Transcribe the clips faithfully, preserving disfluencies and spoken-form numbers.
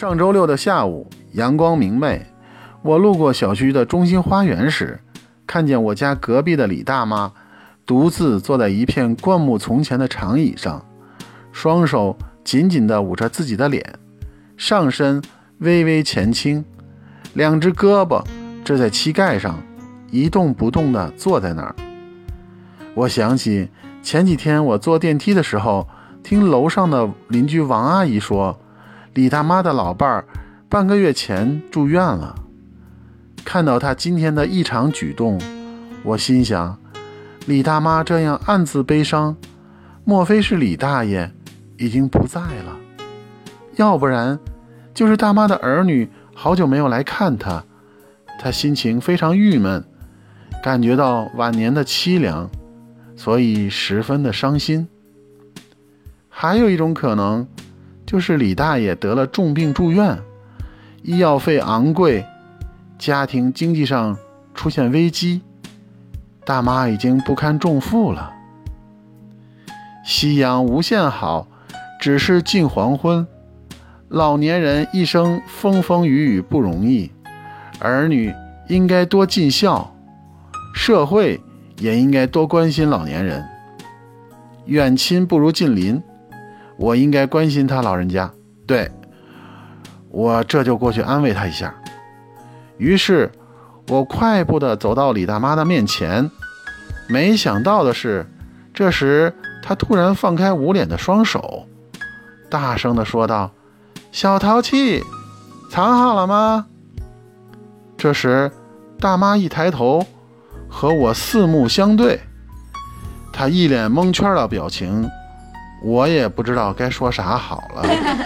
上周六的下午，阳光明媚，我路过小区的中心花园时，看见我家隔壁的李大妈独自坐在一片灌木丛前的长椅上，双手紧紧地捂着自己的脸，上身微微前倾，两只胳膊支在膝盖上，一动不动地坐在那儿。我想起前几天我坐电梯的时候，听楼上的邻居王阿姨说，李大妈的老伴儿半个月前住院了。看到她今天的异常举动，我心想，李大妈这样暗自悲伤，莫非是李大爷已经不在了？要不然就是大妈的儿女好久没有来看她，她心情非常郁闷，感觉到晚年的凄凉，所以十分的伤心。还有一种可能，就是李大爷得了重病住院，医药费昂贵，家庭经济上出现危机，大妈已经不堪重负了。夕阳无限好，只是近黄昏。老年人一生风风雨雨不容易，儿女应该多尽孝，社会也应该多关心老年人。远亲不如近邻，我应该关心他老人家。对，我这就过去安慰他一下。于是我快步地走到李大妈的面前，没想到的是，这时她突然放开捂脸的双手，大声地说道，小淘气，藏好了吗？这时大妈一抬头，和我四目相对，她一脸蒙圈的表情，我也不知道该说啥好了。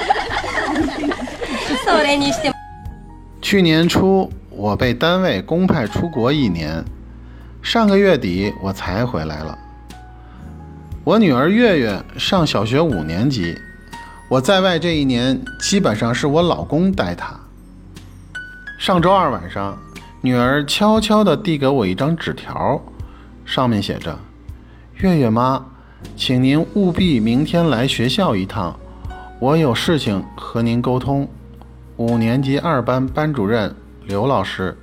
去年初我被单位公派出国一年，上个月底我才回来了。我女儿月月上小学五年级，我在外这一年基本上是我老公带她。上周二晚上，女儿悄悄地递给我一张纸条，上面写着，月月妈，请您务必明天来学校一趟，我有事情和您沟通。五年级二班班主任刘老师。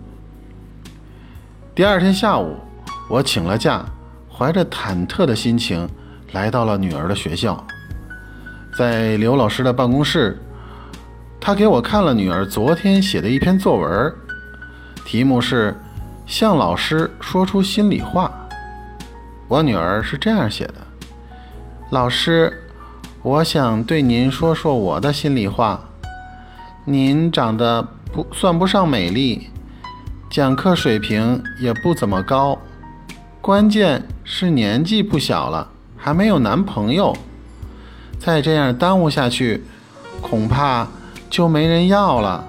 第二天下午，我请了假，怀着忐忑的心情来到了女儿的学校。在刘老师的办公室，他给我看了女儿昨天写的一篇作文，题目是向老师说出心里话。我女儿是这样写的，老师，我想对您说说我的心里话。您长得不算不上美丽，讲课水平也不怎么高，关键是年纪不小了，还没有男朋友。再这样耽误下去，恐怕就没人要了。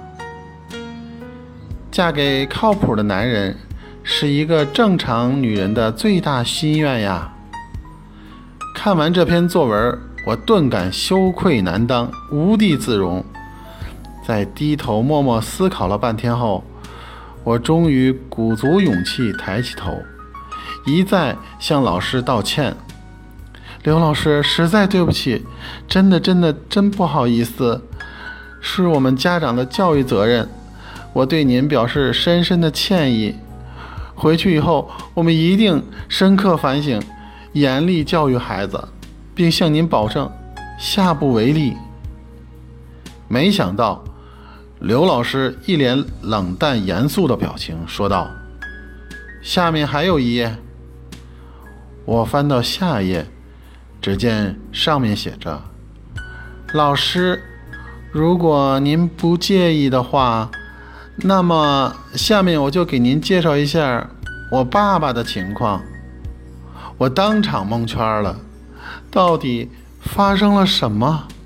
嫁给靠谱的男人是一个正常女人的最大心愿呀。看完这篇作文，我顿感羞愧难当，无地自容。在低头默默思考了半天后，我终于鼓足勇气抬起头，一再向老师道歉。刘老师，实在对不起，真的真的真不好意思，是我们家长的教育责任，我对您表示深深的歉意。回去以后，我们一定深刻反省，严厉教育孩子，并向您保证，下不为例。没想到刘老师一脸冷淡严肃的表情，说道，下面还有一页。我翻到下页，只见上面写着，老师，如果您不介意的话，那么下面我就给您介绍一下我爸爸的情况。我当场蒙圈了，到底发生了什么？